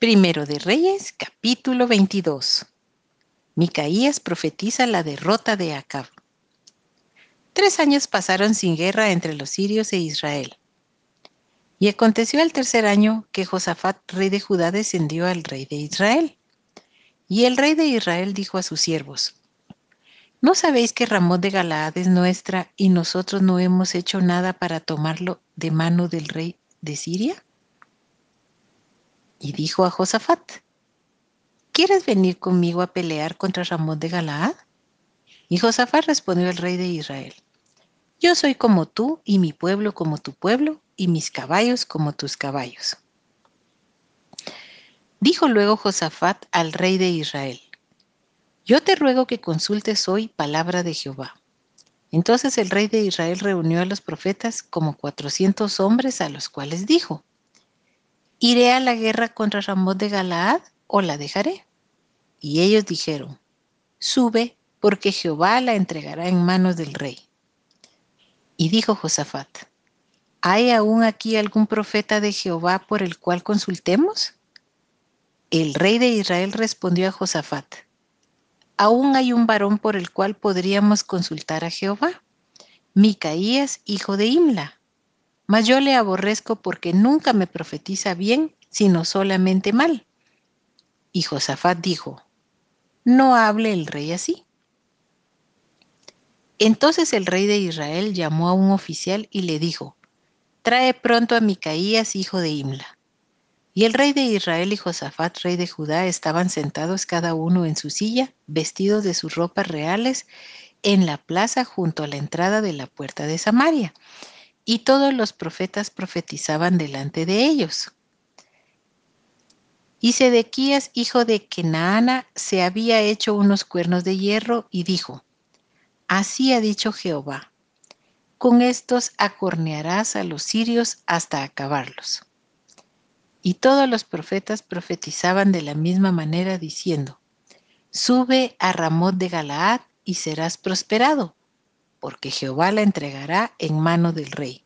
Primero de Reyes, capítulo 22. Micaías profetiza la derrota de Acab. 3 años pasaron sin guerra entre los sirios e Israel. Y aconteció al tercer año que Josafat, rey de Judá, descendió al rey de Israel. Y el rey de Israel dijo a sus siervos: ¿No sabéis que Ramot de Galaad es nuestra y nosotros no hemos hecho nada para tomarlo de mano del rey de Siria? Y dijo a Josafat: ¿Quieres venir conmigo a pelear contra Ramot de Galaad? Y Josafat respondió al rey de Israel: Yo soy como tú, y mi pueblo como tu pueblo, y mis caballos como tus caballos. Dijo luego Josafat al rey de Israel: Yo te ruego que consultes hoy palabra de Jehová. Entonces el rey de Israel reunió a los profetas, como 400 hombres, a los cuales dijo: ¿Iré a la guerra contra Ramot de Galaad o la dejaré? Y ellos dijeron: Sube, porque Jehová la entregará en manos del rey. Y dijo Josafat: ¿Hay aún aquí algún profeta de Jehová por el cual consultemos? El rey de Israel respondió a Josafat: Aún hay un varón por el cual podríamos consultar a Jehová, Micaías, hijo de Imla. Mas yo le aborrezco porque nunca me profetiza bien, sino solamente mal. Y Josafat dijo: No hable el rey así. Entonces el rey de Israel llamó a un oficial y le dijo: Trae pronto a Micaías, hijo de Imla. Y el rey de Israel y Josafat, rey de Judá, estaban sentados cada uno en su silla, vestidos de sus ropas reales, en la plaza junto a la entrada de la puerta de Samaria. Y todos los profetas profetizaban delante de ellos. Y Sedequías, hijo de Kenaana, se había hecho unos cuernos de hierro y dijo: Así ha dicho Jehová: Con estos acornearás a los sirios hasta acabarlos. Y todos los profetas profetizaban de la misma manera, diciendo: Sube a Ramot de Galaad y serás prosperado, porque Jehová la entregará en mano del rey.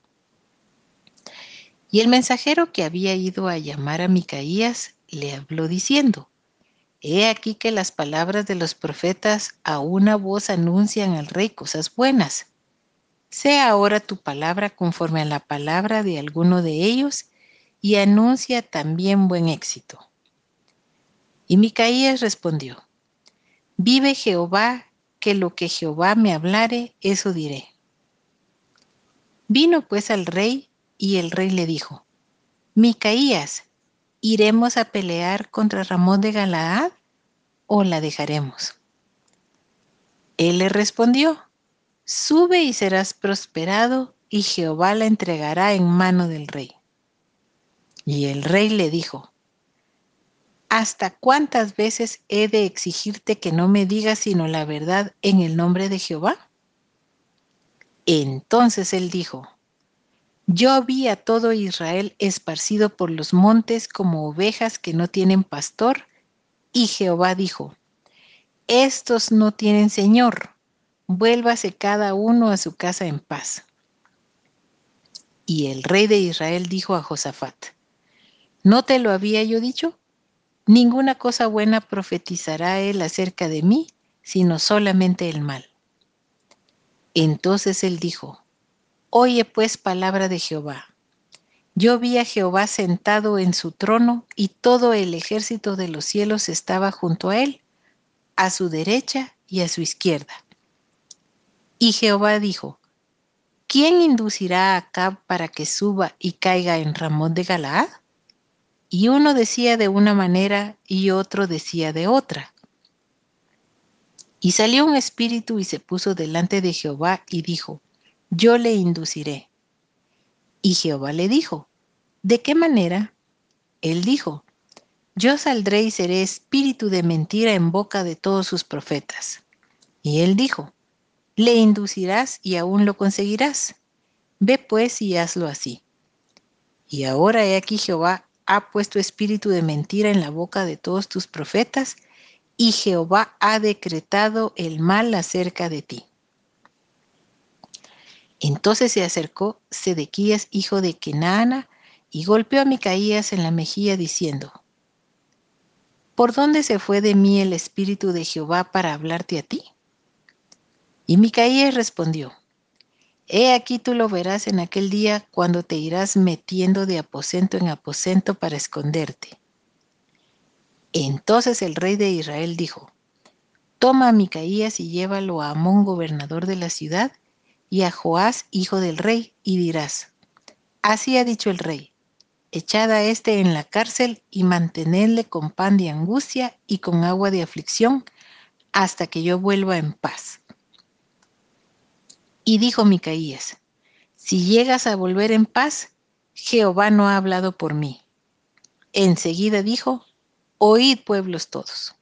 Y el mensajero que había ido a llamar a Micaías le habló diciendo: He aquí que las palabras de los profetas a una voz anuncian al rey cosas buenas. Sea ahora tu palabra conforme a la palabra de alguno de ellos, y anuncia también buen éxito. Y Micaías respondió: Vive Jehová, que lo que Jehová me hablare, eso diré. Vino pues al rey, y el rey le dijo: Micaías, ¿iremos a pelear contra Ramot de Galaad o la dejaremos? Él le respondió: Sube y serás prosperado, y Jehová la entregará en mano del rey. Y el rey le dijo: ¿Hasta cuántas veces he de exigirte que no me digas sino la verdad en el nombre de Jehová? Entonces él dijo: Yo vi a todo Israel esparcido por los montes como ovejas que no tienen pastor, y Jehová dijo: Estos no tienen señor, vuélvase cada uno a su casa en paz. Y el rey de Israel dijo a Josafat: ¿No te lo había yo dicho? Ninguna cosa buena profetizará él acerca de mí, sino solamente el mal. Entonces él dijo: Oye pues palabra de Jehová. Yo vi a Jehová sentado en su trono, y todo el ejército de los cielos estaba junto a él, a su derecha y a su izquierda. Y Jehová dijo: ¿Quién inducirá a Acab para que suba y caiga en Ramot de Galaad? Y uno decía de una manera y otro decía de otra. Y salió un espíritu y se puso delante de Jehová y dijo: Yo le induciré. Y Jehová le dijo: ¿De qué manera? Él dijo: Yo saldré y seré espíritu de mentira en boca de todos sus profetas. Y él dijo: Le inducirás y aún lo conseguirás. Ve pues y hazlo así. Y ahora he aquí Jehová ha puesto espíritu de mentira en la boca de todos tus profetas, y Jehová ha decretado el mal acerca de ti. Entonces se acercó Sedequías, hijo de Kenaana, y golpeó a Micaías en la mejilla, diciendo: ¿por dónde se fue de mí el Espíritu de Jehová para hablarte a ti? Y Micaías respondió: He aquí tú lo verás en aquel día cuando te irás metiendo de aposento en aposento para esconderte. Entonces el rey de Israel dijo: Toma a Micaías y llévalo a Amón, gobernador de la ciudad, y a Joás, hijo del rey, y dirás: Así ha dicho el rey: Echad a éste en la cárcel y mantenedle con pan de angustia y con agua de aflicción hasta que yo vuelva en paz. Y dijo Micaías: Si llegas a volver en paz, Jehová no ha hablado por mí. Enseguida dijo: Oíd, pueblos todos.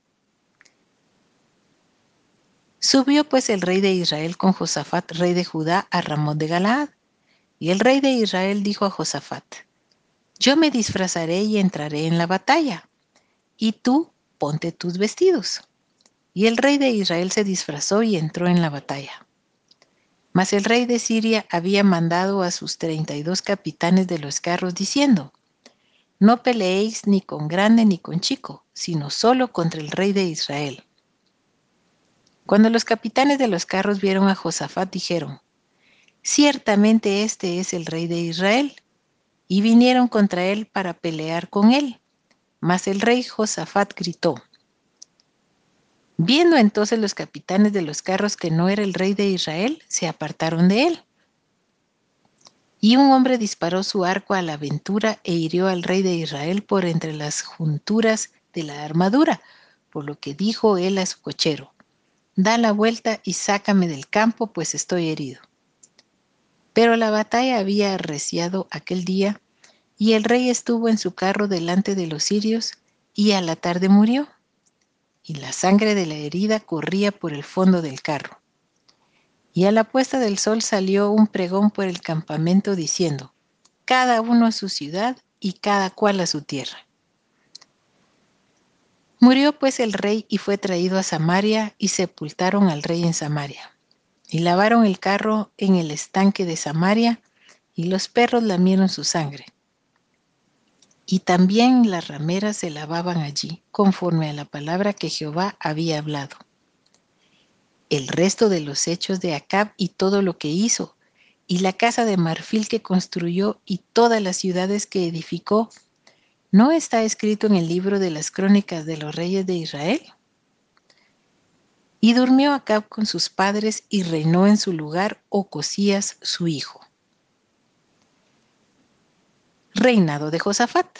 Subió pues el rey de Israel con Josafat, rey de Judá, a Ramot de Galaad. Y el rey de Israel dijo a Josafat: Yo me disfrazaré y entraré en la batalla, y tú ponte tus vestidos. Y el rey de Israel se disfrazó y entró en la batalla. Mas el rey de Siria había mandado a sus 32 capitanes de los carros, diciendo: No peleéis ni con grande ni con chico, sino solo contra el rey de Israel. Cuando los capitanes de los carros vieron a Josafat, dijeron: Ciertamente este es el rey de Israel. Y vinieron contra él para pelear con él. Mas el rey Josafat gritó. Viendo entonces los capitanes de los carros que no era el rey de Israel, se apartaron de él. Y un hombre disparó su arco a la aventura e hirió al rey de Israel por entre las junturas de la armadura, por lo que dijo él a su cochero: Da la vuelta y sácame del campo, pues estoy herido. Pero la batalla había arreciado aquel día, y el rey estuvo en su carro delante de los sirios, y a la tarde murió, y la sangre de la herida corría por el fondo del carro. Y a la puesta del sol salió un pregón por el campamento diciendo: Cada uno a su ciudad y cada cual a su tierra. Murió pues el rey y fue traído a Samaria, y sepultaron al rey en Samaria. Y lavaron el carro en el estanque de Samaria, y los perros lamieron su sangre. Y también las rameras se lavaban allí, conforme a la palabra que Jehová había hablado. El resto de los hechos de Acab y todo lo que hizo, y la casa de marfil que construyó y todas las ciudades que edificó, ¿no está escrito en el libro de las crónicas de los reyes de Israel? Y durmió Acab con sus padres y reinó en su lugar Ocosías su hijo. Reinado de Josafat.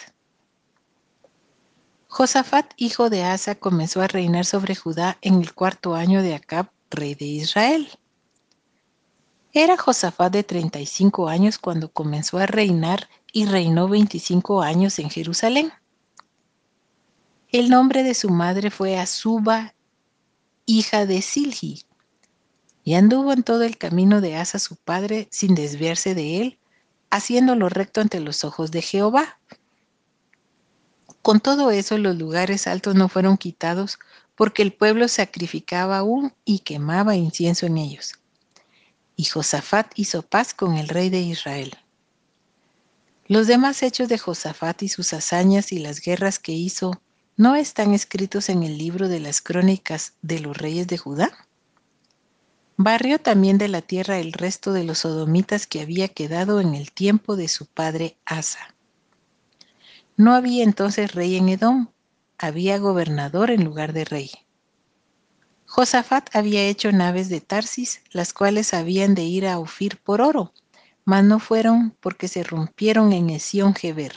Josafat, hijo de Asa, comenzó a reinar sobre Judá en el 4º año de Acab, rey de Israel. Era Josafat de 35 años cuando comenzó a reinar y reinó 25 años en Jerusalén. El nombre de su madre fue Azuba, hija de Silhi, y anduvo en todo el camino de Asa su padre sin desviarse de él, haciendo lo recto ante los ojos de Jehová. Con todo eso, los lugares altos no fueron quitados, porque el pueblo sacrificaba aún y quemaba incienso en ellos. Y Josafat hizo paz con el rey de Israel. Los demás hechos de Josafat y sus hazañas y las guerras que hizo, ¿no están escritos en el libro de las crónicas de los reyes de Judá? Barrió también de la tierra el resto de los sodomitas que había quedado en el tiempo de su padre Asa. No había entonces rey en Edom, había gobernador en lugar de rey. Josafat había hecho naves de Tarsis, las cuales habían de ir a Ofir por oro, mas no fueron porque se rompieron en Esión-Geber.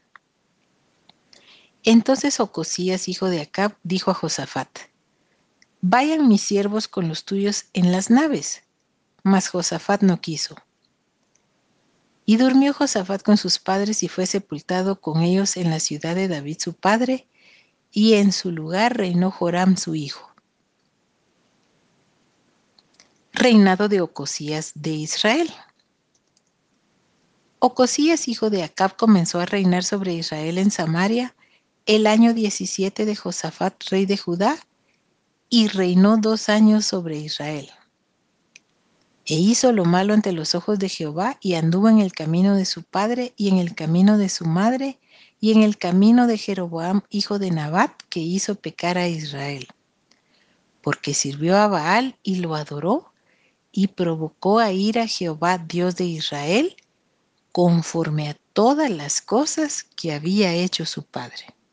Entonces Ocosías, hijo de Acab, dijo a Josafat: Vayan mis siervos con los tuyos en las naves. Mas Josafat no quiso. Y durmió Josafat con sus padres y fue sepultado con ellos en la ciudad de David su padre, y en su lugar reinó Joram su hijo. Reinado de Ocosías de Israel. Ocosías, hijo de Acab, comenzó a reinar sobre Israel en Samaria el año 17 de Josafat, rey de Judá, y reinó 2 años sobre Israel. E hizo lo malo ante los ojos de Jehová, y anduvo en el camino de su padre y en el camino de su madre, y en el camino de Jeroboam, hijo de Nabat, que hizo pecar a Israel, porque sirvió a Baal y lo adoró, y provocó a ir a Jehová, Dios de Israel, conforme a todas las cosas que había hecho su padre.